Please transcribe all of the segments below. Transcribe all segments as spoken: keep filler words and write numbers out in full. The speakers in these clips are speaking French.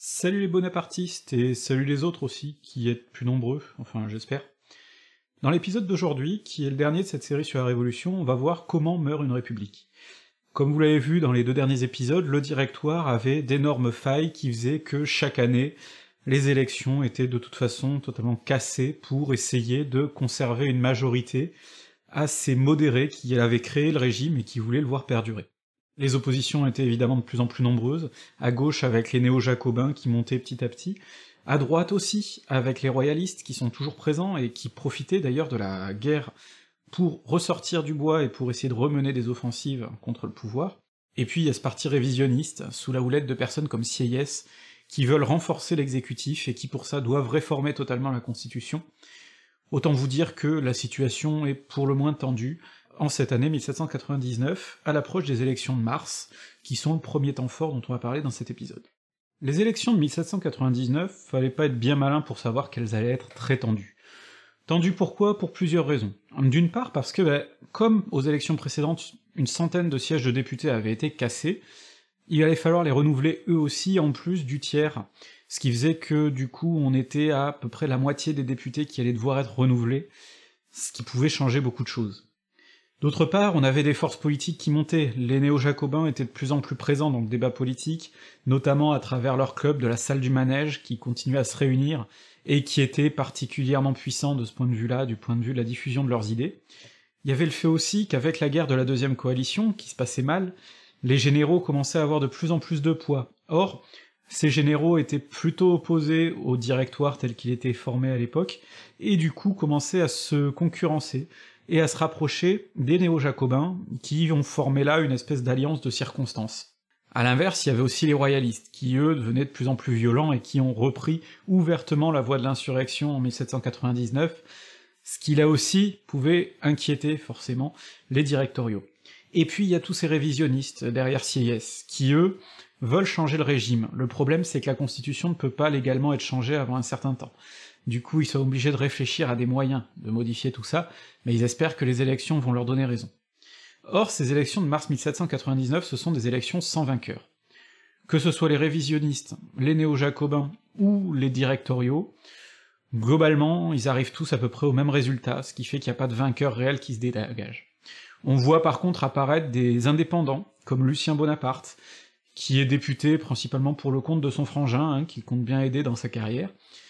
Salut les bonapartistes, et salut les autres aussi, qui êtes plus nombreux, enfin j'espère. Dans l'épisode d'aujourd'hui, qui est le dernier de cette série sur la Révolution, on va voir comment meurt une république. Comme vous l'avez vu dans les deux derniers épisodes, le Directoire avait d'énormes failles qui faisaient que chaque année, les élections étaient de toute façon totalement cassées pour essayer de conserver une majorité assez modérée qui avait créé le régime et qui voulait le voir perdurer. Les oppositions étaient évidemment de plus en plus nombreuses, à gauche avec les néo-jacobins qui montaient petit à petit, à droite aussi avec les royalistes qui sont toujours présents et qui profitaient d'ailleurs de la guerre pour ressortir du bois et pour essayer de remener des offensives contre le pouvoir. Et puis il y a ce parti révisionniste, sous la houlette de personnes comme Sieyès, qui veulent renforcer l'exécutif et qui pour ça doivent réformer totalement la Constitution. Autant vous dire que la situation est pour le moins tendue, en cette année mille sept cent quatre-vingt-dix-neuf, à l'approche des élections de mars, qui sont le premier temps fort dont on va parler dans cet épisode. Les élections de mille sept cent quatre-vingt-dix-neuf, fallait pas être bien malin pour savoir qu'elles allaient être très tendues. Tendues pourquoi? Pour plusieurs raisons. D'une part parce que, bah, comme aux élections précédentes, une centaine de sièges de députés avaient été cassés, il allait falloir les renouveler eux aussi en plus du tiers, ce qui faisait que du coup on était à, à peu près la moitié des députés qui allaient devoir être renouvelés, ce qui pouvait changer beaucoup de choses. D'autre part, on avait des forces politiques qui montaient, les néo-jacobins étaient de plus en plus présents dans le débat politique, notamment à travers leur club de la salle du manège, qui continuait à se réunir, et qui était particulièrement puissant de ce point de vue-là, du point de vue de la diffusion de leurs idées. Il y avait le fait aussi qu'avec la guerre de la deuxième coalition, qui se passait mal, les généraux commençaient à avoir de plus en plus de poids. Or, ces généraux étaient plutôt opposés au directoire tel qu'il était formé à l'époque, et du coup commençaient à se concurrencer, et à se rapprocher des néo-jacobins, qui ont formé là une espèce d'alliance de circonstances. À l'inverse, il y avait aussi les royalistes, qui eux devenaient de plus en plus violents et qui ont repris ouvertement la voie de l'insurrection en mille sept cent quatre-vingt-dix-neuf, ce qui là aussi pouvait inquiéter forcément les directoriaux. Et puis il y a tous ces révisionnistes derrière Sieyès, qui eux veulent changer le régime. Le problème c'est que la Constitution ne peut pas légalement être changée avant un certain temps. Du coup, ils sont obligés de réfléchir à des moyens de modifier tout ça, mais ils espèrent que les élections vont leur donner raison. Or, ces élections de mars mille sept cent quatre-vingt-dix-neuf, ce sont des élections sans vainqueur. Que ce soit les révisionnistes, les néo-jacobins ou les directoriaux, globalement, ils arrivent tous à peu près au même résultat, ce qui fait qu'il n'y a pas de vainqueur réel qui se dégage. On voit par contre apparaître des indépendants, comme Lucien Bonaparte, qui est député principalement pour le compte de son frangin, hein, qu'il compte bien aider dans sa carrière,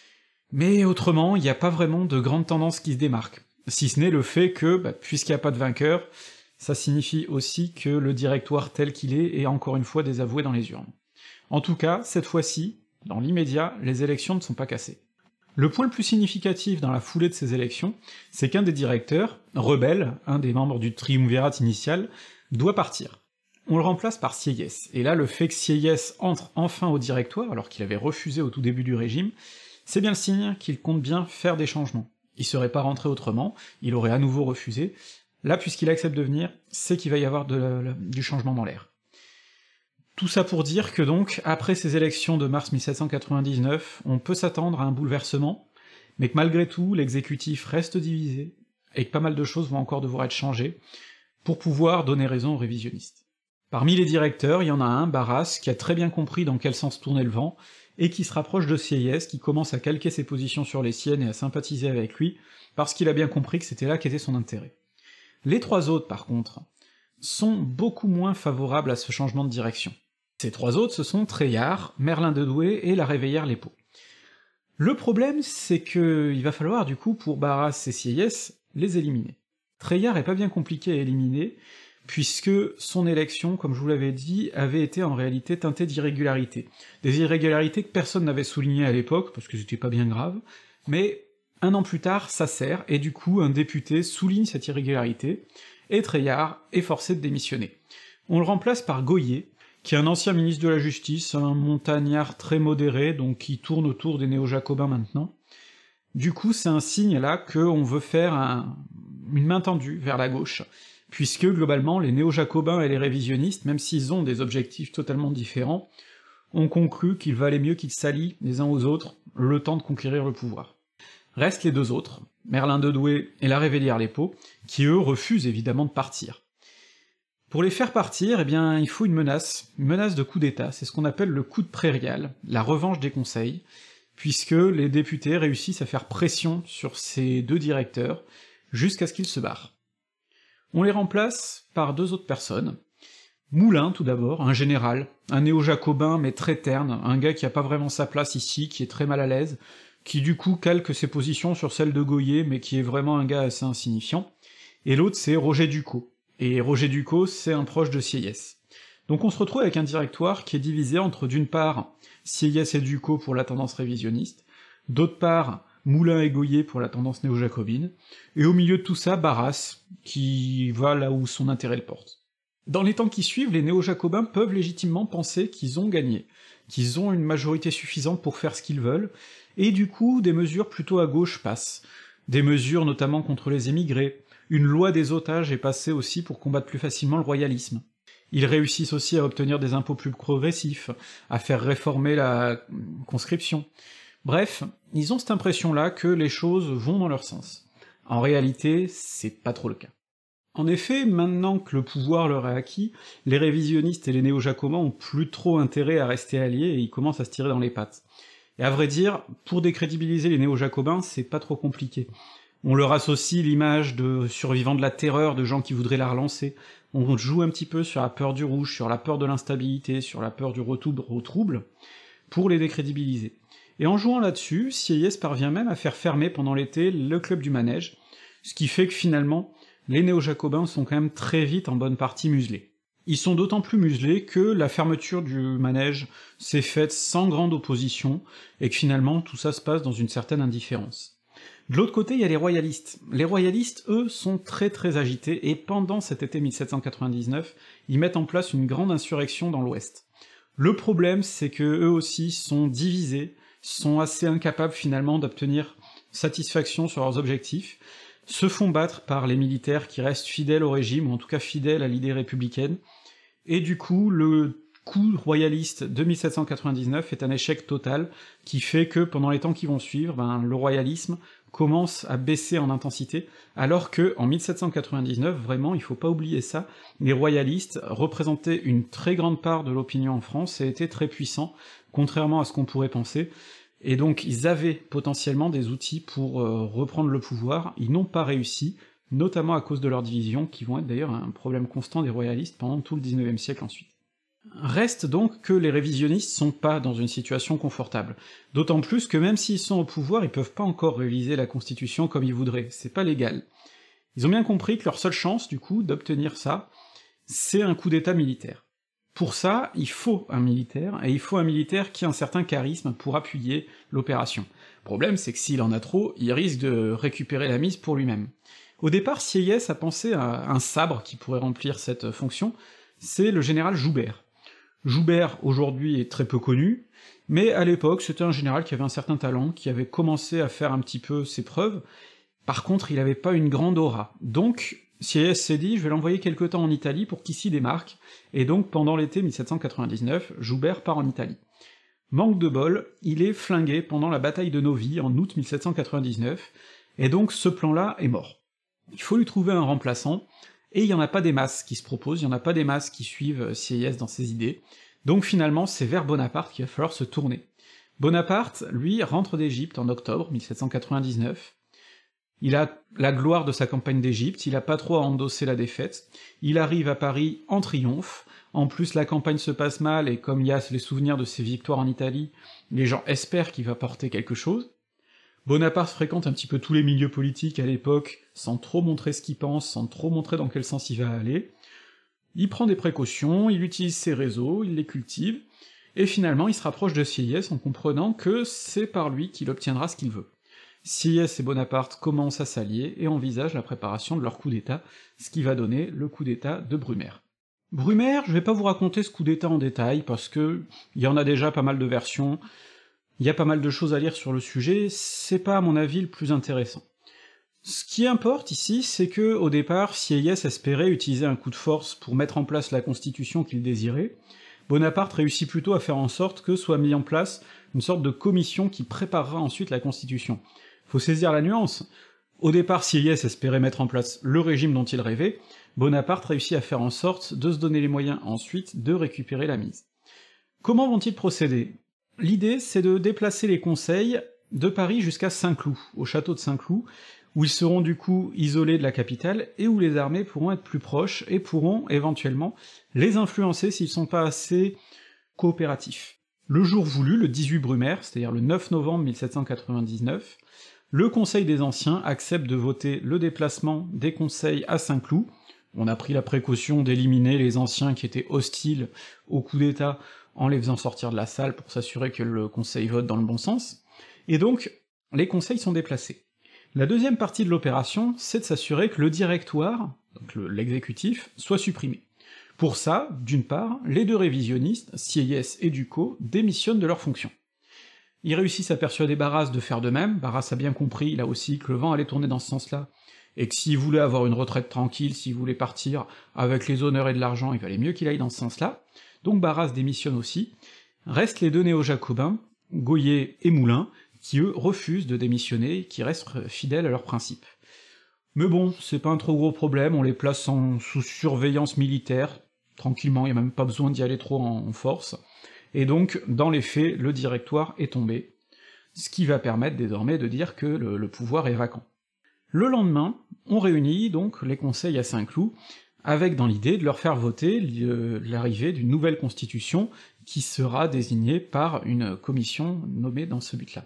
mais autrement, il n'y a pas vraiment de grande tendance qui se démarque, si ce n'est le fait que, bah, puisqu'il n'y a pas de vainqueur, ça signifie aussi que le directoire tel qu'il est est encore une fois désavoué dans les urnes. En tout cas, cette fois-ci, dans l'immédiat, les élections ne sont pas cassées. Le point le plus significatif dans la foulée de ces élections, c'est qu'un des directeurs, Rebelle, un des membres du triumvirat initial, doit partir. On le remplace par Sieyès, et là le fait que Sieyès entre enfin au directoire, alors qu'il avait refusé au tout début du régime, c'est bien le signe qu'il compte bien faire des changements. Il serait pas rentré autrement, il aurait à nouveau refusé. Là, puisqu'il accepte de venir, c'est qu'il va y avoir de la, la, du changement dans l'air. Tout ça pour dire que donc, après ces élections de mars mille sept cent quatre-vingt-dix-neuf, on peut s'attendre à un bouleversement, mais que malgré tout, l'exécutif reste divisé, et que pas mal de choses vont encore devoir être changées, pour pouvoir donner raison aux révisionnistes. Parmi les directeurs, il y en a un, Barras, qui a très bien compris dans quel sens tournait le vent, et qui se rapproche de Sieyès, qui commence à calquer ses positions sur les siennes et à sympathiser avec lui, parce qu'il a bien compris que c'était là qu'était son intérêt. Les trois autres, par contre, sont beaucoup moins favorables à ce changement de direction. Ces trois autres, ce sont Treillard, Merlin de Douai et la Réveillère-Lespeau. Le problème, c'est que il va falloir, du coup, pour Barras et Sieyès, les éliminer. Treillard est pas bien compliqué à éliminer, puisque son élection, comme je vous l'avais dit, avait été en réalité teintée d'irrégularités. Des irrégularités que personne n'avait soulignées à l'époque, parce que c'était pas bien grave, mais un an plus tard, ça sert, et du coup un député souligne cette irrégularité, et Treillard est forcé de démissionner. On le remplace par Gohier, qui est un ancien ministre de la Justice, un montagnard très modéré, donc qui tourne autour des néo-jacobins maintenant. Du coup, c'est un signe là qu'on veut faire un... une main tendue vers la gauche, puisque globalement les néo-jacobins et les révisionnistes, même s'ils ont des objectifs totalement différents, ont conclu qu'il valait mieux qu'ils s'allient les uns aux autres, le temps de conquérir le pouvoir. Restent les deux autres, Merlin de Douai et la Réveillère-Lespeau, qui eux refusent évidemment de partir. Pour les faire partir, eh bien, il faut une menace, une menace de coup d'État, c'est ce qu'on appelle le coup de prairial, la revanche des conseils, puisque les députés réussissent à faire pression sur ces deux directeurs, jusqu'à ce qu'ils se barrent. On les remplace par deux autres personnes. Moulin, tout d'abord, un général, un néo-jacobin mais très terne, un gars qui a pas vraiment sa place ici, qui est très mal à l'aise, qui du coup calque ses positions sur celles de Goyer, mais qui est vraiment un gars assez insignifiant, et l'autre c'est Roger Ducos, et Roger Ducos c'est un proche de Sieyès. Donc on se retrouve avec un directoire qui est divisé entre d'une part Sieyès et Ducos pour la tendance révisionniste, d'autre part Moulin et Goyer pour la tendance néo-jacobine, et au milieu de tout ça, Barras, qui va là où son intérêt le porte. Dans les temps qui suivent, les néo-jacobins peuvent légitimement penser qu'ils ont gagné, qu'ils ont une majorité suffisante pour faire ce qu'ils veulent, et du coup des mesures plutôt à gauche passent, des mesures notamment contre les émigrés, une loi des otages est passée aussi pour combattre plus facilement le royalisme. Ils réussissent aussi à obtenir des impôts plus progressifs, à faire réformer la conscription. Bref, ils ont cette impression-là que les choses vont dans leur sens. En réalité, c'est pas trop le cas. En effet, maintenant que le pouvoir leur est acquis, les révisionnistes et les néo-jacobins ont plus trop intérêt à rester alliés et ils commencent à se tirer dans les pattes. Et à vrai dire, pour décrédibiliser les néo-jacobins, c'est pas trop compliqué. On leur associe l'image de survivants de la terreur, de gens qui voudraient la relancer, on joue un petit peu sur la peur du rouge, sur la peur de l'instabilité, sur la peur du retour au trouble, pour les décrédibiliser. Et en jouant là-dessus, Sieyès parvient même à faire fermer pendant l'été le club du manège, ce qui fait que finalement, les néo-jacobins sont quand même très vite en bonne partie muselés. Ils sont d'autant plus muselés que la fermeture du manège s'est faite sans grande opposition, et que finalement tout ça se passe dans une certaine indifférence. De l'autre côté, il y a les royalistes. Les royalistes, eux, sont très très agités, et pendant cet été mille sept cent quatre-vingt-dix-neuf, ils mettent en place une grande insurrection dans l'Ouest. Le problème, c'est que eux aussi sont divisés, sont assez incapables finalement d'obtenir satisfaction sur leurs objectifs, se font battre par les militaires qui restent fidèles au régime, ou en tout cas fidèles à l'idée républicaine, et du coup, le coup royaliste de mille sept cent quatre-vingt-dix-neuf est un échec total, qui fait que pendant les temps qui vont suivre, ben, le royalisme commence à baisser en intensité, alors que en mille sept cent quatre-vingt-dix-neuf, vraiment, il faut pas oublier ça, les royalistes représentaient une très grande part de l'opinion en France et étaient très puissants, contrairement à ce qu'on pourrait penser, et donc ils avaient potentiellement des outils pour euh, reprendre le pouvoir, ils n'ont pas réussi, notamment à cause de leurs divisions, qui vont être d'ailleurs un problème constant des royalistes pendant tout le dix-neuvième siècle ensuite. Reste donc que les révisionnistes sont pas dans une situation confortable, d'autant plus que même s'ils sont au pouvoir, ils peuvent pas encore réviser la Constitution comme ils voudraient, c'est pas légal. Ils ont bien compris que leur seule chance, du coup, d'obtenir ça, c'est un coup d'état militaire. Pour ça, il faut un militaire, et il faut un militaire qui a un certain charisme pour appuyer l'opération. Le problème, c'est que s'il en a trop, il risque de récupérer la mise pour lui-même. Au départ, Sieyès a pensé à un sabre qui pourrait remplir cette fonction, c'est le général Joubert. Joubert, aujourd'hui, est très peu connu, mais à l'époque, c'était un général qui avait un certain talent, qui avait commencé à faire un petit peu ses preuves, par contre, il avait pas une grande aura. Donc, Sieyès s'est dit, je vais l'envoyer quelque temps en Italie pour qu'il s'y démarque, et donc pendant l'été mille sept cent quatre-vingt-dix-neuf, Joubert part en Italie. Manque de bol, il est flingué pendant la bataille de Novi en août mille sept cent quatre-vingt-dix-neuf, et donc ce plan-là est mort. Il faut lui trouver un remplaçant, et il y en a pas des masses qui se proposent, il y en a pas des masses qui suivent Sieyès dans ses idées, donc finalement c'est vers Bonaparte qu'il va falloir se tourner. Bonaparte, lui, rentre d'Égypte en octobre mille sept cent quatre-vingt-dix-neuf, il a la gloire de sa campagne d'Égypte, il a pas trop à endosser la défaite, il arrive à Paris en triomphe, en plus la campagne se passe mal, et comme il y a les souvenirs de ses victoires en Italie, les gens espèrent qu'il va porter quelque chose. Bonaparte fréquente un petit peu tous les milieux politiques à l'époque, sans trop montrer ce qu'il pense, sans trop montrer dans quel sens il va aller. Il prend des précautions, il utilise ses réseaux, il les cultive, et finalement il se rapproche de Sieyès en comprenant que c'est par lui qu'il obtiendra ce qu'il veut. Sieyès et Bonaparte commencent à s'allier et envisagent la préparation de leur coup d'état, ce qui va donner le coup d'état de Brumaire. Brumaire, je vais pas vous raconter ce coup d'état en détail, parce que il y en a déjà pas mal de versions, il y a pas mal de choses à lire sur le sujet, c'est pas à mon avis le plus intéressant. Ce qui importe ici, c'est que, au départ, Sieyès espérait utiliser un coup de force pour mettre en place la constitution qu'il désirait, Bonaparte réussit plutôt à faire en sorte que soit mis en place une sorte de commission qui préparera ensuite la constitution. Faut saisir la nuance, Au départ, Sieyès espérait mettre en place le régime dont il rêvait, Bonaparte réussit à faire en sorte de se donner les moyens ensuite de récupérer la mise. Comment vont-ils procéder? L'idée, c'est de déplacer les conseils de Paris jusqu'à Saint-Cloud, au château de Saint-Cloud, où ils seront du coup isolés de la capitale, et où les armées pourront être plus proches, et pourront, éventuellement, les influencer s'ils sont pas assez coopératifs. Le jour voulu, le dix-huit Brumaire, c'est-à-dire le neuf novembre mille sept cent quatre-vingt-dix-neuf, le Conseil des Anciens accepte de voter le déplacement des conseils à Saint-Cloud. On a pris la précaution d'éliminer les anciens qui étaient hostiles au coup d'État en les faisant sortir de la salle pour s'assurer que le Conseil vote dans le bon sens, et donc les conseils sont déplacés. La deuxième partie de l'opération, c'est de s'assurer que le directoire, donc l'exécutif, soit supprimé. Pour ça, d'une part, les deux révisionnistes, Sieyès et Ducos, démissionnent de leurs fonctions. Ils réussissent à persuader Barras de faire de même, Barras a bien compris, là aussi, que le vent allait tourner dans ce sens-là, et que s'il voulait avoir une retraite tranquille, s'il voulait partir avec les honneurs et de l'argent, il valait mieux qu'il aille dans ce sens-là, donc Barras démissionne aussi. Restent les deux néo-jacobins, Goyer et Moulin, qui eux refusent de démissionner, qui restent fidèles à leurs principes. Mais bon, c'est pas un trop gros problème, on les place en sous surveillance militaire, tranquillement, y a même pas besoin d'y aller trop en, en force, et donc, dans les faits, le directoire est tombé, ce qui va permettre désormais de dire que le, le pouvoir est vacant. Le lendemain, on réunit donc les conseils à Saint-Cloud, avec dans l'idée de leur faire voter l'arrivée d'une nouvelle constitution qui sera désignée par une commission nommée dans ce but-là.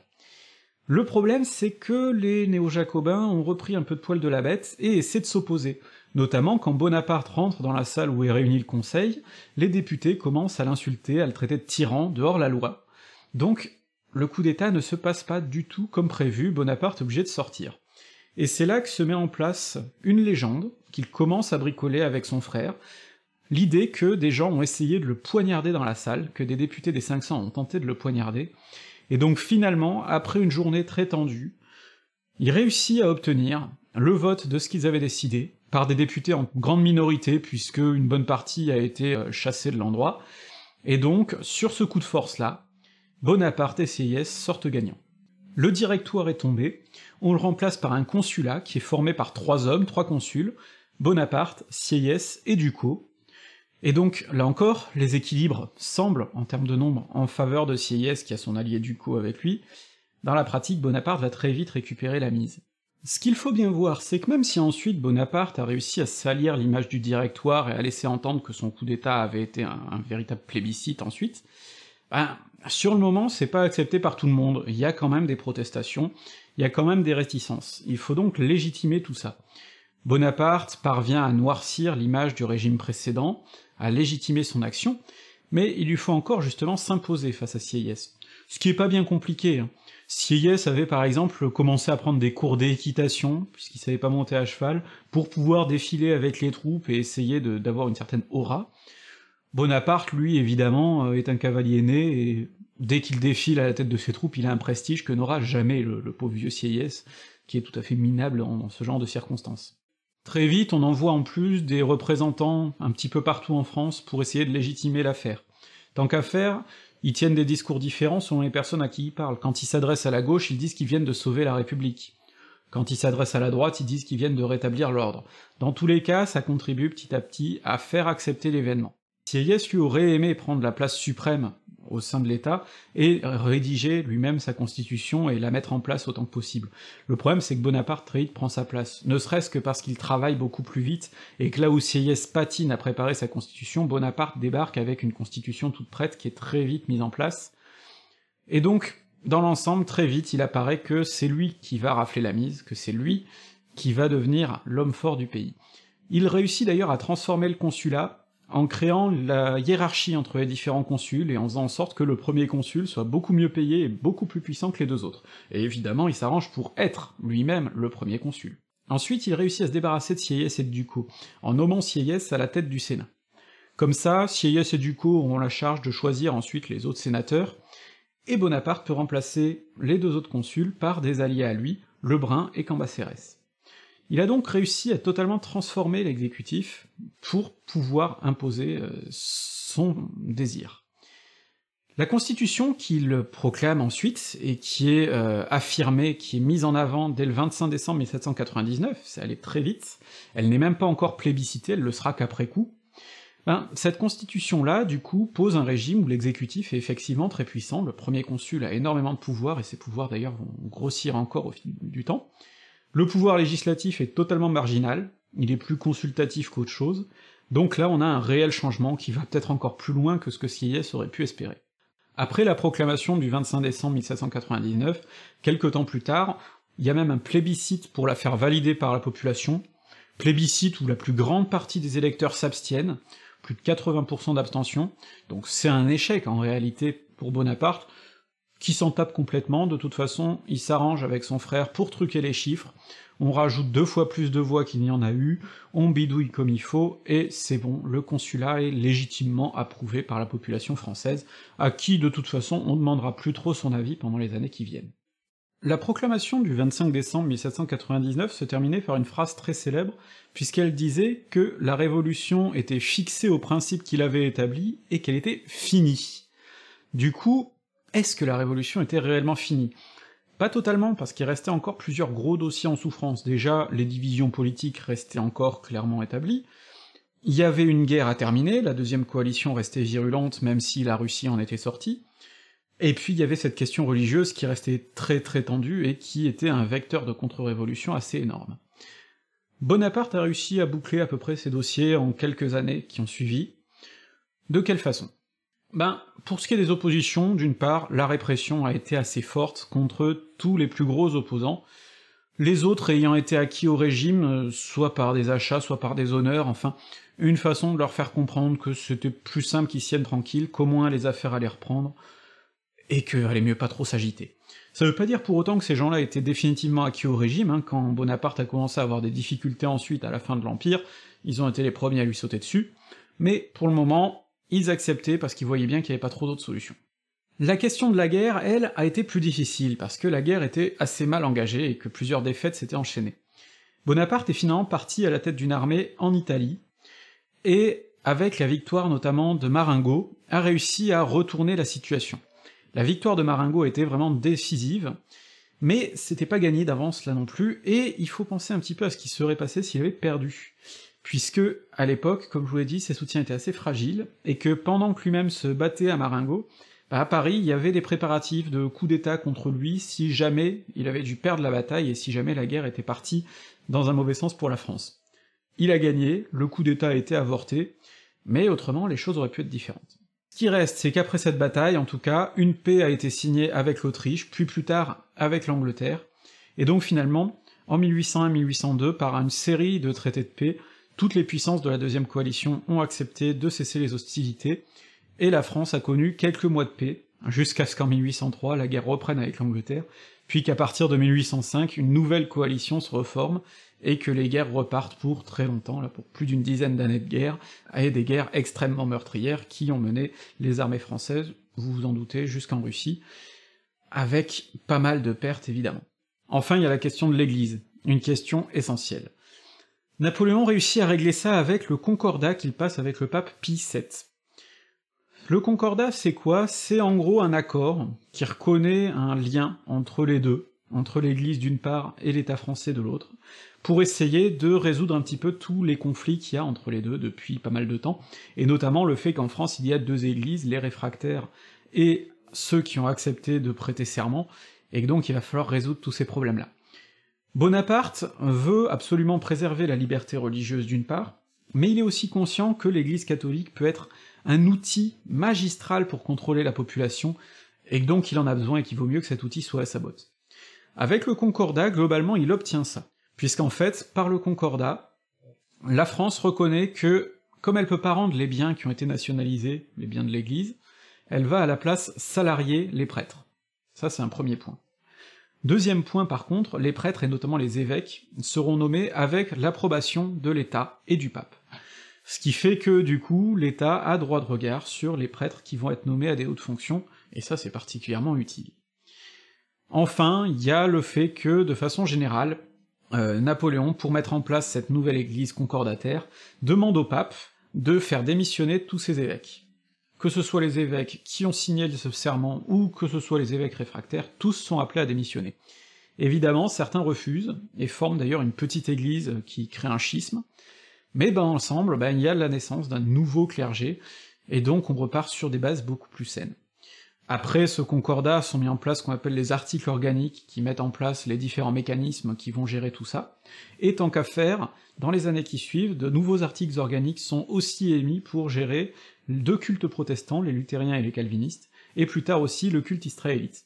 Le problème, c'est que les néo-jacobins ont repris un peu de poil de la bête et essaient de s'opposer, notamment quand Bonaparte rentre dans la salle où est réuni le conseil, les députés commencent à l'insulter, à le traiter de tyran, de hors-la-loi. Donc, le coup d'État ne se passe pas du tout comme prévu, Bonaparte est obligé de sortir. Et c'est là que se met en place une légende, qu'il commence à bricoler avec son frère, l'idée que des gens ont essayé de le poignarder dans la salle, que des députés des cinq cents ont tenté de le poignarder, et donc finalement, après une journée très tendue, il réussit à obtenir le vote de ce qu'ils avaient décidé, par des députés en grande minorité, puisque une bonne partie a été chassée de l'endroit, et donc, sur ce coup de force-là, Bonaparte et Sieyès sortent gagnants. Le directoire est tombé, on le remplace par un consulat qui est formé par trois hommes, trois consuls, Bonaparte, Sieyès et Ducos, et donc, là encore, les équilibres semblent, en termes de nombre, en faveur de Sieyès qui a son allié Ducos avec lui. Dans la pratique, Bonaparte va très vite récupérer la mise. Ce qu'il faut bien voir, c'est que même si ensuite Bonaparte a réussi à salir l'image du directoire et à laisser entendre que son coup d'État avait été un, un véritable plébiscite ensuite, ben, sur le moment, c'est pas accepté par tout le monde, il y a quand même des protestations, il y a quand même des réticences, il faut donc légitimer tout ça. Bonaparte parvient à noircir l'image du régime précédent, à légitimer son action, mais il lui faut encore justement s'imposer face à Sieyès. Ce qui est pas bien compliqué, hein. Sieyès avait par exemple commencé à prendre des cours d'équitation, puisqu'il savait pas monter à cheval, pour pouvoir défiler avec les troupes et essayer d'avoir une certaine aura. Bonaparte, lui, évidemment, est un cavalier né, et dès qu'il défile à la tête de ses troupes, il a un prestige que n'aura jamais le, le pauvre vieux Sieyès, qui est tout à fait minable dans, dans ce genre de circonstances. Très vite, on envoie en plus des représentants un petit peu partout en France pour essayer de légitimer l'affaire. Tant qu'à faire, ils tiennent des discours différents selon les personnes à qui ils parlent. Quand ils s'adressent à la gauche, ils disent qu'ils viennent de sauver la République. Quand ils s'adressent à la droite, ils disent qu'ils viennent de rétablir l'ordre. Dans tous les cas, ça contribue petit à petit à faire accepter l'événement. Sieyès lui aurait aimé prendre la place suprême au sein de l'État, et rédiger lui-même sa constitution et la mettre en place autant que possible. Le problème, c'est que Bonaparte très vite prend sa place, ne serait-ce que parce qu'il travaille beaucoup plus vite, et que là où Sieyès patine à préparer sa constitution, Bonaparte débarque avec une constitution toute prête qui est très vite mise en place, et donc, dans l'ensemble, très vite, il apparaît que c'est lui qui va rafler la mise, que c'est lui qui va devenir l'homme fort du pays. Il réussit d'ailleurs à transformer le consulat, en créant la hiérarchie entre les différents consuls et en faisant en sorte que le premier consul soit beaucoup mieux payé et beaucoup plus puissant que les deux autres. Et évidemment, il s'arrange pour être lui-même le premier consul. Ensuite, il réussit à se débarrasser de Sieyès et de Ducos, en nommant Sieyès à la tête du Sénat. Comme ça, Sieyès et Ducos auront la charge de choisir ensuite les autres sénateurs, et Bonaparte peut remplacer les deux autres consuls par des alliés à lui, Lebrun et Cambacérès. Il a donc réussi à totalement transformer l'exécutif pour pouvoir imposer euh, son désir. La constitution qu'il proclame ensuite, et qui est euh, affirmée, qui est mise en avant dès le vingt-cinq décembre mille sept cent quatre-vingt-dix-neuf, c'est allé très vite, elle n'est même pas encore plébiscitée, elle le sera qu'après coup, ben, cette constitution-là, du coup, pose un régime où l'exécutif est effectivement très puissant, le premier consul a énormément de pouvoir, et ses pouvoirs d'ailleurs vont grossir encore au fil du temps, le pouvoir législatif est totalement marginal, il est plus consultatif qu'autre chose, donc là on a un réel changement qui va peut-être encore plus loin que ce que Sieyès aurait pu espérer. Après la proclamation du vingt-cinq décembre mille sept cent quatre-vingt-dix-neuf, quelque temps plus tard, il y a même un plébiscite pour la faire valider par la population, plébiscite où la plus grande partie des électeurs s'abstiennent, plus de quatre-vingts pour cent d'abstention, donc c'est un échec en réalité pour Bonaparte, qui s'en tape complètement, de toute façon, il s'arrange avec son frère pour truquer les chiffres, on rajoute deux fois plus de voix qu'il n'y en a eu, on bidouille comme il faut, et c'est bon, le consulat est légitimement approuvé par la population française, à qui de toute façon on demandera plus trop son avis pendant les années qui viennent. La proclamation du vingt-cinq décembre mille sept cent quatre-vingt-dix-neuf se terminait par une phrase très célèbre, puisqu'elle disait que la Révolution était fixée aux principes qu'il avait établis, et qu'elle était finie. Du coup, est-ce que la Révolution était réellement finie? Pas totalement, parce qu'il restait encore plusieurs gros dossiers en souffrance. Déjà, les divisions politiques restaient encore clairement établies, il y avait une guerre à terminer, la deuxième coalition restait virulente même si la Russie en était sortie, et puis il y avait cette question religieuse qui restait très très tendue et qui était un vecteur de contre-révolution assez énorme. Bonaparte a réussi à boucler à peu près ces dossiers en quelques années qui ont suivi. De quelle façon? Ben, pour ce qui est des oppositions, d'une part, la répression a été assez forte contre tous les plus gros opposants, les autres ayant été acquis au régime, soit par des achats, soit par des honneurs, enfin, une façon de leur faire comprendre que c'était plus simple qu'ils tiennent tranquilles, qu'au moins les affaires allaient reprendre, et qu'il allait mieux pas trop s'agiter. Ça veut pas dire pour autant que ces gens-là étaient définitivement acquis au régime, hein, quand Bonaparte a commencé à avoir des difficultés ensuite à la fin de l'Empire, ils ont été les premiers à lui sauter dessus, mais pour le moment, ils acceptaient parce qu'ils voyaient bien qu'il y avait pas trop d'autres solutions. La question de la guerre, elle, a été plus difficile, parce que la guerre était assez mal engagée et que plusieurs défaites s'étaient enchaînées. Bonaparte est finalement parti à la tête d'une armée en Italie, et, avec la victoire notamment de Marengo, a réussi à retourner la situation. La victoire de Marengo était vraiment décisive, mais c'était pas gagné d'avance là non plus, et il faut penser un petit peu à ce qui serait passé s'il avait perdu. Puisque, à l'époque, comme je vous l'ai dit, ses soutiens étaient assez fragiles, et que pendant que lui-même se battait à Marengo, bah à Paris, il y avait des préparatifs de coup d'état contre lui si jamais il avait dû perdre la bataille et si jamais la guerre était partie dans un mauvais sens pour la France. Il a gagné, le coup d'état a été avorté, mais autrement les choses auraient pu être différentes. Ce qui reste, c'est qu'après cette bataille, en tout cas, une paix a été signée avec l'Autriche, puis plus tard avec l'Angleterre, et donc finalement, en mille huit cent un mille huit cent deux, par une série de traités de paix, toutes les puissances de la deuxième coalition ont accepté de cesser les hostilités, et la France a connu quelques mois de paix, jusqu'à ce qu'en mille huit cent trois la guerre reprenne avec l'Angleterre, puis qu'à partir de mille huit cent cinq, une nouvelle coalition se reforme, et que les guerres repartent pour très longtemps, là pour plus d'une dizaine d'années de guerre, et des guerres extrêmement meurtrières qui ont mené les armées françaises, vous vous en doutez, jusqu'en Russie, avec pas mal de pertes évidemment. Enfin, il y a la question de l'Église, une question essentielle. Napoléon réussit à régler ça avec le concordat qu'il passe avec le pape Pie sept. Le concordat, c'est quoi? C'est en gros un accord qui reconnaît un lien entre les deux, entre l'Église d'une part et l'État français de l'autre, pour essayer de résoudre un petit peu tous les conflits qu'il y a entre les deux depuis pas mal de temps, et notamment le fait qu'en France il y a deux églises, les réfractaires et ceux qui ont accepté de prêter serment, et que donc il va falloir résoudre tous ces problèmes-là. Bonaparte veut absolument préserver la liberté religieuse d'une part, mais il est aussi conscient que l'Église catholique peut être un outil magistral pour contrôler la population, et que donc il en a besoin et qu'il vaut mieux que cet outil soit à sa botte. Avec le Concordat, globalement, il obtient ça, puisqu'en fait, par le Concordat, la France reconnaît que, comme elle peut pas rendre les biens qui ont été nationalisés, les biens de l'Église, elle va à la place salarier les prêtres. Ça, c'est un premier point. Deuxième point par contre, les prêtres, et notamment les évêques, seront nommés avec l'approbation de l'État et du pape. Ce qui fait que, du coup, l'État a droit de regard sur les prêtres qui vont être nommés à des hautes fonctions, et ça c'est particulièrement utile. Enfin, il y a le fait que, de façon générale, euh, Napoléon, pour mettre en place cette nouvelle église concordataire, demande au pape de faire démissionner tous ses évêques. que ce soit les évêques qui ont signé ce serment, ou que ce soit les évêques réfractaires, tous sont appelés à démissionner. Évidemment, certains refusent, et forment d'ailleurs une petite église qui crée un schisme, mais ben ensemble, ben il y a la naissance d'un nouveau clergé, et donc on repart sur des bases beaucoup plus saines. Après ce concordat sont mis en place ce qu'on appelle les articles organiques, qui mettent en place les différents mécanismes qui vont gérer tout ça, et tant qu'à faire, dans les années qui suivent, de nouveaux articles organiques sont aussi émis pour gérer deux cultes protestants, les luthériens et les calvinistes, et plus tard aussi le culte israélite.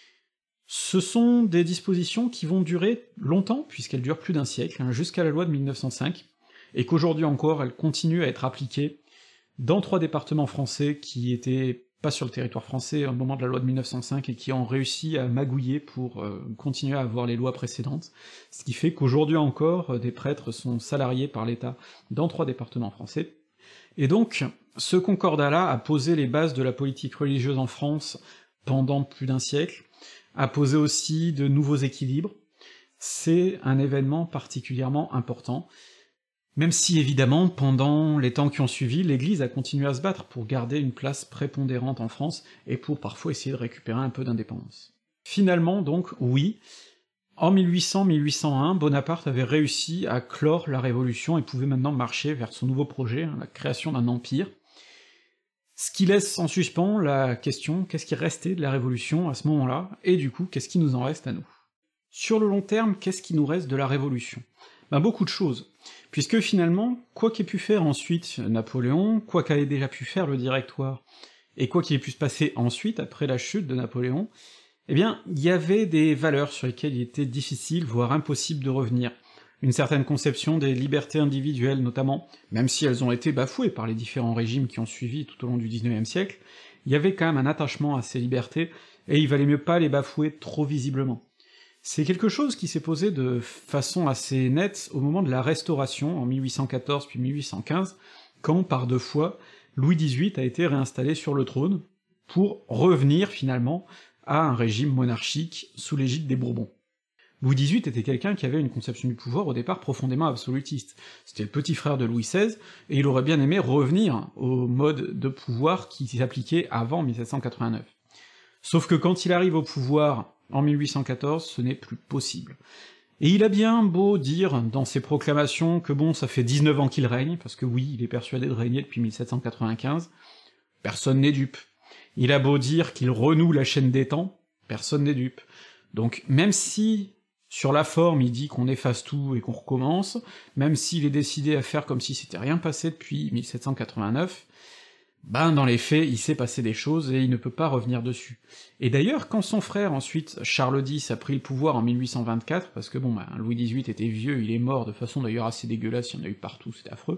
Ce sont des dispositions qui vont durer longtemps, puisqu'elles durent plus d'un siècle, hein, jusqu'à la loi de mille neuf cent cinq, et qu'aujourd'hui encore, elles continuent à être appliquées dans trois départements français qui étaient pas sur le territoire français au moment de la loi de mille neuf cent cinq et qui ont réussi à magouiller pour euh, continuer à avoir les lois précédentes, ce qui fait qu'aujourd'hui encore, des prêtres sont salariés par l'État dans trois départements français. Et donc, ce concordat-là a posé les bases de la politique religieuse en France pendant plus d'un siècle, a posé aussi de nouveaux équilibres. C'est un événement particulièrement important, même si évidemment, pendant les temps qui ont suivi, l'Église a continué à se battre pour garder une place prépondérante en France, et pour parfois essayer de récupérer un peu d'indépendance. Finalement donc, oui, en mille huit cents mille huit cent un, Bonaparte avait réussi à clore la Révolution et pouvait maintenant marcher vers son nouveau projet, hein, la création d'un empire, ce qui laisse en suspens la question qu'est-ce qui restait de la Révolution à ce moment-là, et du coup, qu'est-ce qui nous en reste à nous? Sur le long terme, qu'est-ce qui nous reste de la Révolution? Ben beaucoup de choses, puisque finalement, quoi qu'ait pu faire ensuite Napoléon, quoi qu'avait déjà pu faire le Directoire, et quoi qu'il ait pu se passer ensuite, après la chute de Napoléon, eh bien, il y avait des valeurs sur lesquelles il était difficile, voire impossible de revenir. Une certaine conception des libertés individuelles notamment, même si elles ont été bafouées par les différents régimes qui ont suivi tout au long du dix-neuvième siècle, il y avait quand même un attachement à ces libertés, et il valait mieux pas les bafouer trop visiblement. C'est quelque chose qui s'est posé de façon assez nette au moment de la Restauration, en mille huit cent quatorze puis mille huit cent quinze, quand, par deux fois, Louis dix-huit a été réinstallé sur le trône, pour revenir, finalement, à un régime monarchique sous l'égide des Bourbons. Louis dix-huit était quelqu'un qui avait une conception du pouvoir au départ profondément absolutiste. C'était le petit frère de Louis seize, et il aurait bien aimé revenir au mode de pouvoir qui s'appliquait avant mille sept cent quatre-vingt-neuf. Sauf que quand il arrive au pouvoir en mille huit cent quatorze, ce n'est plus possible. Et il a bien beau dire dans ses proclamations que bon, ça fait dix-neuf ans qu'il règne, parce que oui, il est persuadé de régner depuis mille sept cent quatre-vingt-quinze, personne n'est dupe. Il a beau dire qu'il renoue la chaîne des temps, personne n'est dupe. Donc même si, sur la forme, il dit qu'on efface tout et qu'on recommence, même s'il est décidé à faire comme si c'était rien passé depuis mille sept cent quatre-vingt-neuf, ben dans les faits, il s'est passé des choses et il ne peut pas revenir dessus. Et d'ailleurs, quand son frère, ensuite, Charles dix, a pris le pouvoir en mille huit cent vingt-quatre, parce que bon, ben, Louis dix-huit était vieux, il est mort de façon d'ailleurs assez dégueulasse, il y en a eu partout, c'était affreux,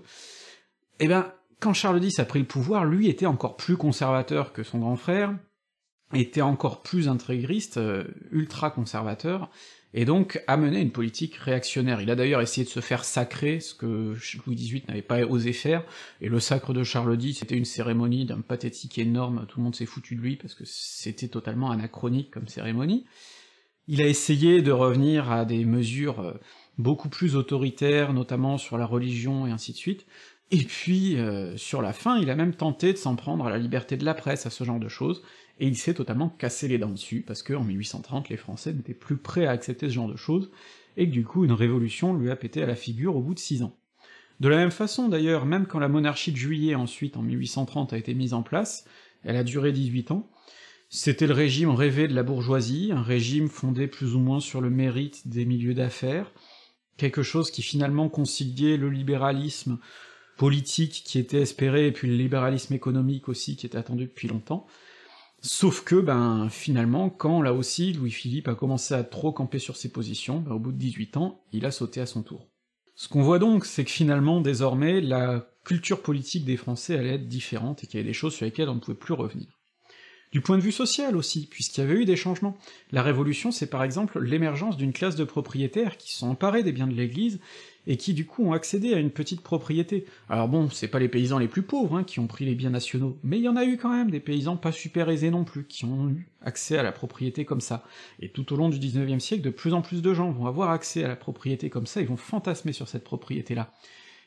et ben, quand Charles dix a pris le pouvoir, lui était encore plus conservateur que son grand frère, était encore plus intégriste, euh, ultra-conservateur, et donc a mené une politique réactionnaire. Il a d'ailleurs essayé de se faire sacrer, ce que Louis dix-huit n'avait pas osé faire, et le sacre de Charles dix, c'était une cérémonie d'un pathétique énorme, tout le monde s'est foutu de lui, parce que c'était totalement anachronique comme cérémonie. Il a essayé de revenir à des mesures beaucoup plus autoritaires, notamment sur la religion et ainsi de suite, et puis, euh, sur la fin, il a même tenté de s'en prendre à la liberté de la presse, à ce genre de choses, et il s'est totalement cassé les dents dessus, parce que en mille huit cent trente, les Français n'étaient plus prêts à accepter ce genre de choses, et que du coup une révolution lui a pété à la figure au bout de six ans. De la même façon d'ailleurs, même quand la monarchie de Juillet ensuite, en mille huit cent trente, a été mise en place, elle a duré dix-huit ans, c'était le régime rêvé de la bourgeoisie, un régime fondé plus ou moins sur le mérite des milieux d'affaires, quelque chose qui finalement conciliait le libéralisme politique qui était espéré, et puis le libéralisme économique aussi qui était attendu depuis longtemps, sauf que, ben, finalement, quand, là aussi, Louis-Philippe a commencé à trop camper sur ses positions, ben, au bout de dix-huit ans, il a sauté à son tour. Ce qu'on voit donc, c'est que finalement, désormais, la culture politique des Français allait être différente, et qu'il y avait des choses sur lesquelles on ne pouvait plus revenir. Du point de vue social aussi, puisqu'il y avait eu des changements. La Révolution, c'est par exemple l'émergence d'une classe de propriétaires qui se sont emparés des biens de l'Église, et qui du coup ont accédé à une petite propriété. Alors bon, c'est pas les paysans les plus pauvres hein, qui ont pris les biens nationaux, mais il y en a eu quand même des paysans pas super aisés non plus, qui ont eu accès à la propriété comme ça. Et tout au long du dix-neuvième siècle, de plus en plus de gens vont avoir accès à la propriété comme ça, ils vont fantasmer sur cette propriété-là.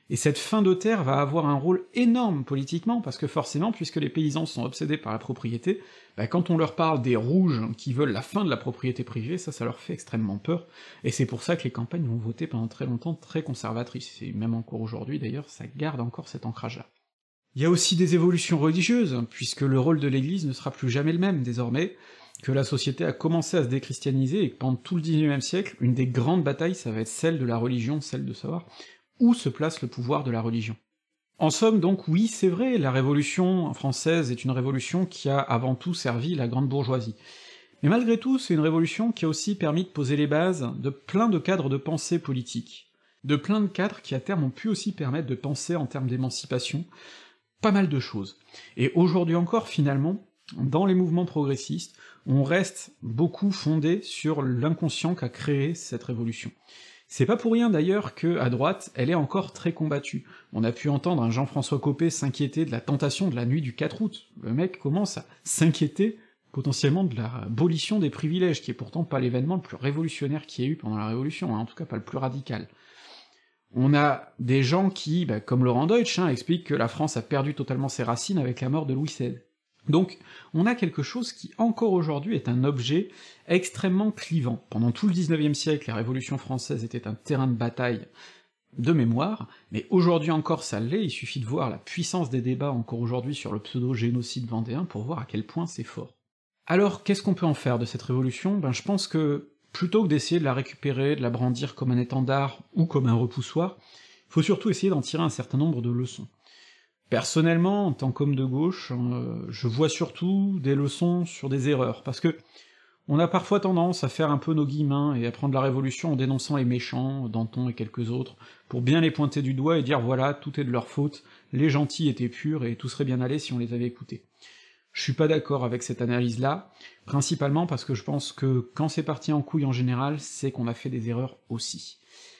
Et cette fin de terre va avoir un rôle énorme politiquement, parce que forcément, puisque les paysans sont obsédés par la propriété, bah quand on leur parle des rouges qui veulent la fin de la propriété privée, ça, ça leur fait extrêmement peur, et c'est pour ça que les campagnes vont voter pendant très longtemps très conservatrices, et même encore aujourd'hui d'ailleurs, ça garde encore cet ancrage-là. Il y a aussi des évolutions religieuses, puisque le rôle de l'église ne sera plus jamais le même désormais, que la société a commencé à se déchristianiser, et que pendant tout le dix-neuvième siècle, une des grandes batailles, ça va être celle de la religion, celle de savoir où se place le pouvoir de la religion. En somme donc, oui, c'est vrai, la Révolution française est une révolution qui a avant tout servi la grande bourgeoisie. Mais malgré tout, c'est une révolution qui a aussi permis de poser les bases de plein de cadres de pensée politique, de plein de cadres qui à terme ont pu aussi permettre de penser en termes d'émancipation, pas mal de choses. Et aujourd'hui encore, finalement, dans les mouvements progressistes, on reste beaucoup fondé sur l'inconscient qu'a créé cette révolution. C'est pas pour rien d'ailleurs que, à droite, elle est encore très combattue. On a pu entendre un Jean-François Copé s'inquiéter de la tentation de la nuit du quatre août. Le mec commence à s'inquiéter potentiellement de l'abolition des privilèges, qui est pourtant pas l'événement le plus révolutionnaire qu'il y ait eu pendant la Révolution, hein, en tout cas pas le plus radical. On a des gens qui, bah, comme Laurent Deutsch, hein, expliquent que la France a perdu totalement ses racines avec la mort de Louis seize. Donc, on a quelque chose qui, encore aujourd'hui, est un objet extrêmement clivant. Pendant tout le dix-neuvième siècle, la Révolution française était un terrain de bataille de mémoire, mais aujourd'hui encore ça l'est, il suffit de voir la puissance des débats encore aujourd'hui sur le pseudo-génocide vendéen pour voir à quel point c'est fort. Alors, qu'est-ce qu'on peut en faire de cette révolution? Ben je pense que, plutôt que d'essayer de la récupérer, de la brandir comme un étendard ou comme un repoussoir, il faut surtout essayer d'en tirer un certain nombre de leçons. Personnellement, en tant qu'homme de gauche, euh, je vois surtout des leçons sur des erreurs, parce que on a parfois tendance à faire un peu nos guillemins et à prendre la Révolution en dénonçant les méchants, Danton et quelques autres, pour bien les pointer du doigt et dire voilà, tout est de leur faute, les gentils étaient purs et tout serait bien allé si on les avait écoutés. Je suis pas d'accord avec cette analyse-là, principalement parce que je pense que quand c'est parti en couille en général, c'est qu'on a fait des erreurs aussi.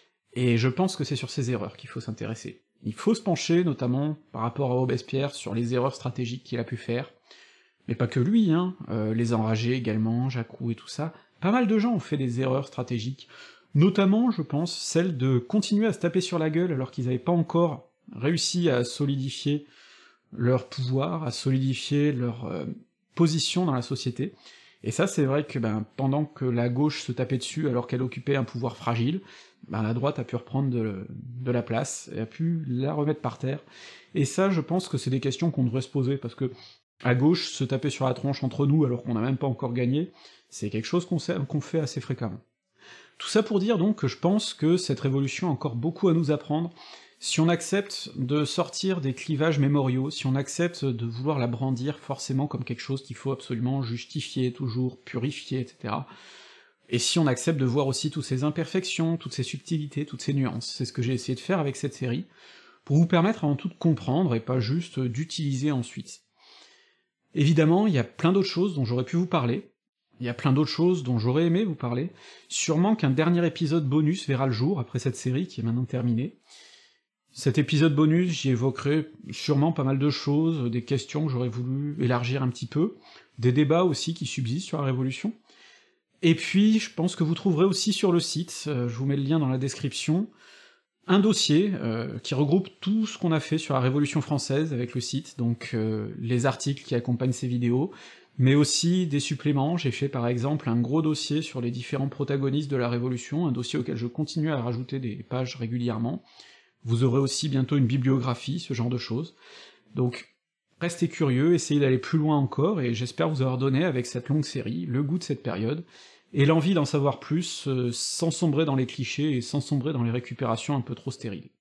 Et je pense que c'est sur ces erreurs qu'il faut s'intéresser. Il faut se pencher, notamment, par rapport à Robespierre, sur les erreurs stratégiques qu'il a pu faire, mais pas que lui, hein, euh, les enragés également, Jacques Roux et tout ça, pas mal de gens ont fait des erreurs stratégiques, notamment, je pense, celle de continuer à se taper sur la gueule alors qu'ils n'avaient pas encore réussi à solidifier leur pouvoir, à solidifier leur euh, position dans la société, et ça c'est vrai que ben, pendant que la gauche se tapait dessus alors qu'elle occupait un pouvoir fragile, ben, la droite a pu reprendre de, de la place, et a pu la remettre par terre, et ça je pense que c'est des questions qu'on devrait se poser, parce que à gauche, se taper sur la tronche entre nous alors qu'on n'a même pas encore gagné, c'est quelque chose qu'on qu'on fait assez fréquemment. Tout ça pour dire donc que je pense que cette révolution a encore beaucoup à nous apprendre, si on accepte de sortir des clivages mémoriaux, si on accepte de vouloir la brandir forcément comme quelque chose qu'il faut absolument justifier, toujours purifier, et cetera. Et si on accepte de voir aussi toutes ces imperfections, toutes ces subtilités, toutes ces nuances, c'est ce que j'ai essayé de faire avec cette série, pour vous permettre avant tout de comprendre, et pas juste d'utiliser ensuite. Évidemment, il y a plein d'autres choses dont j'aurais pu vous parler, il y a plein d'autres choses dont j'aurais aimé vous parler, sûrement qu'un dernier épisode bonus verra le jour après cette série qui est maintenant terminée. Cet épisode bonus, j'y évoquerai sûrement pas mal de choses, des questions que j'aurais voulu élargir un petit peu, des débats aussi qui subsistent sur la Révolution, et puis je pense que vous trouverez aussi sur le site, euh, je vous mets le lien dans la description, un dossier euh, qui regroupe tout ce qu'on a fait sur la Révolution française avec le site, donc euh, les articles qui accompagnent ces vidéos, mais aussi des suppléments. J'ai fait par exemple un gros dossier sur les différents protagonistes de la Révolution, un dossier auquel je continue à rajouter des pages régulièrement. Vous aurez aussi bientôt une bibliographie, ce genre de choses. Donc restez curieux, essayez d'aller plus loin encore, et j'espère vous avoir donné, avec cette longue série, le goût de cette période, et l'envie d'en savoir plus, euh, sans sombrer dans les clichés et sans sombrer dans les récupérations un peu trop stériles.